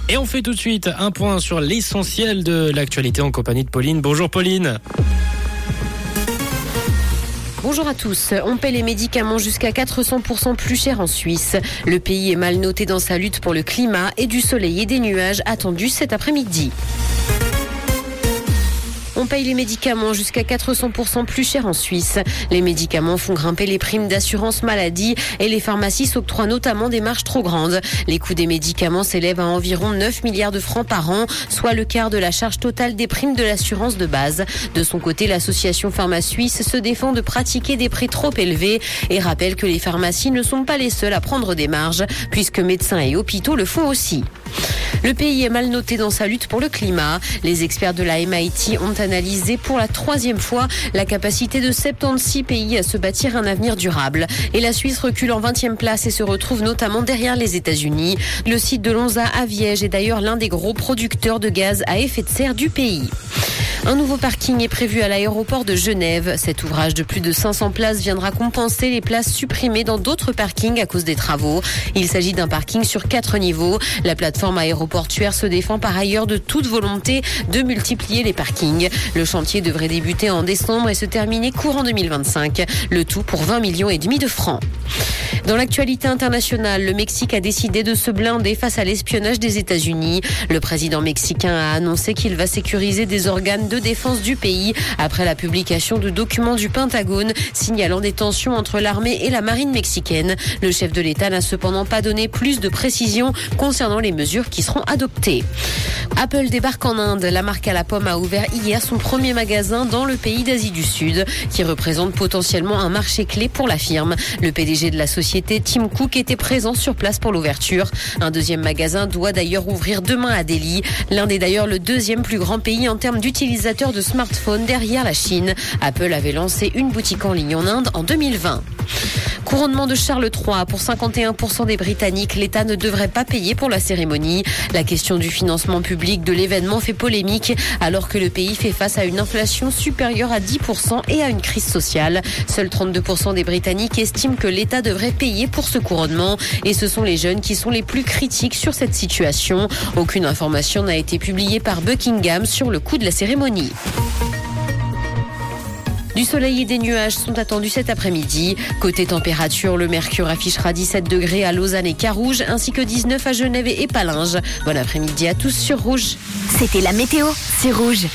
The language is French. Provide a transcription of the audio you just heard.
Et on fait tout de suite un point sur l'essentiel de l'actualité en compagnie de Pauline. Bonjour Pauline. Bonjour à tous. On paie les médicaments jusqu'à 400% plus cher en Suisse. Le pays est mal noté dans sa lutte pour le climat et du soleil et des nuages attendus cet après-midi. On paye les médicaments jusqu'à 400% plus cher en Suisse. Les médicaments font grimper les primes d'assurance maladie et les pharmacies s'octroient notamment des marges trop grandes. Les coûts des médicaments s'élèvent à environ 9 milliards de francs par an, soit le quart de la charge totale des primes de l'assurance de base. De son côté, l'association Pharma Suisse se défend de pratiquer des prix trop élevés et rappelle que les pharmacies ne sont pas les seules à prendre des marges, puisque médecins et hôpitaux le font aussi. Le pays est mal noté dans sa lutte pour le climat. Les experts de la MIT ont analysé pour la 3e fois la capacité de 76 pays à se bâtir un avenir durable. Et la Suisse recule en 20e place et se retrouve notamment derrière les États-Unis. Le site de Lonza à Viège est d'ailleurs l'un des gros producteurs de gaz à effet de serre du pays. Un nouveau parking est prévu à l'aéroport de Genève. Cet ouvrage de plus de 500 places viendra compenser les places supprimées dans d'autres parkings à cause des travaux. Il s'agit d'un parking sur 4 niveaux. La plateforme aéroportuaire se défend par ailleurs de toute volonté de multiplier les parkings. Le chantier devrait débuter en décembre et se terminer courant 2025. Le tout pour 20,5 millions de francs. Dans l'actualité internationale, le Mexique a décidé de se blinder face à l'espionnage des États-Unis. Le président mexicain a annoncé qu'il va sécuriser des organes de défense du pays après la publication de documents du Pentagone signalant des tensions entre l'armée et la marine mexicaine. Le chef de l'État n'a cependant pas donné plus de précisions concernant les mesures qui seront adoptées. Apple débarque en Inde. La marque à la pomme a ouvert hier son premier magasin dans le pays d'Asie du Sud, qui représente potentiellement un marché clé pour la firme. Le PDG de la société, Tim Cook, était présent sur place pour l'ouverture. Un deuxième magasin doit d'ailleurs ouvrir demain à Delhi. L'Inde est d'ailleurs le 2e plus grand pays en termes d'utilisateurs de smartphones derrière la Chine. Apple avait lancé une boutique en ligne en Inde en 2020. Couronnement de Charles III. Pour 51% des Britanniques, l'État ne devrait pas payer pour la cérémonie. La question du financement public de l'événement fait polémique alors que le pays fait face à une inflation supérieure à 10% et à une crise sociale. Seuls 32% des Britanniques estiment que l'État devrait payer pour ce couronnement et ce sont les jeunes qui sont les plus critiques sur cette situation. Aucune information n'a été publiée par Buckingham sur le coût de la cérémonie. Du soleil et des nuages sont attendus cet après-midi. Côté température, le mercure affichera 17 degrés à Lausanne et Carouge, ainsi que 19 à Genève et Palinges. Bon après-midi à tous sur Rouge. C'était la météo, c'est Rouge.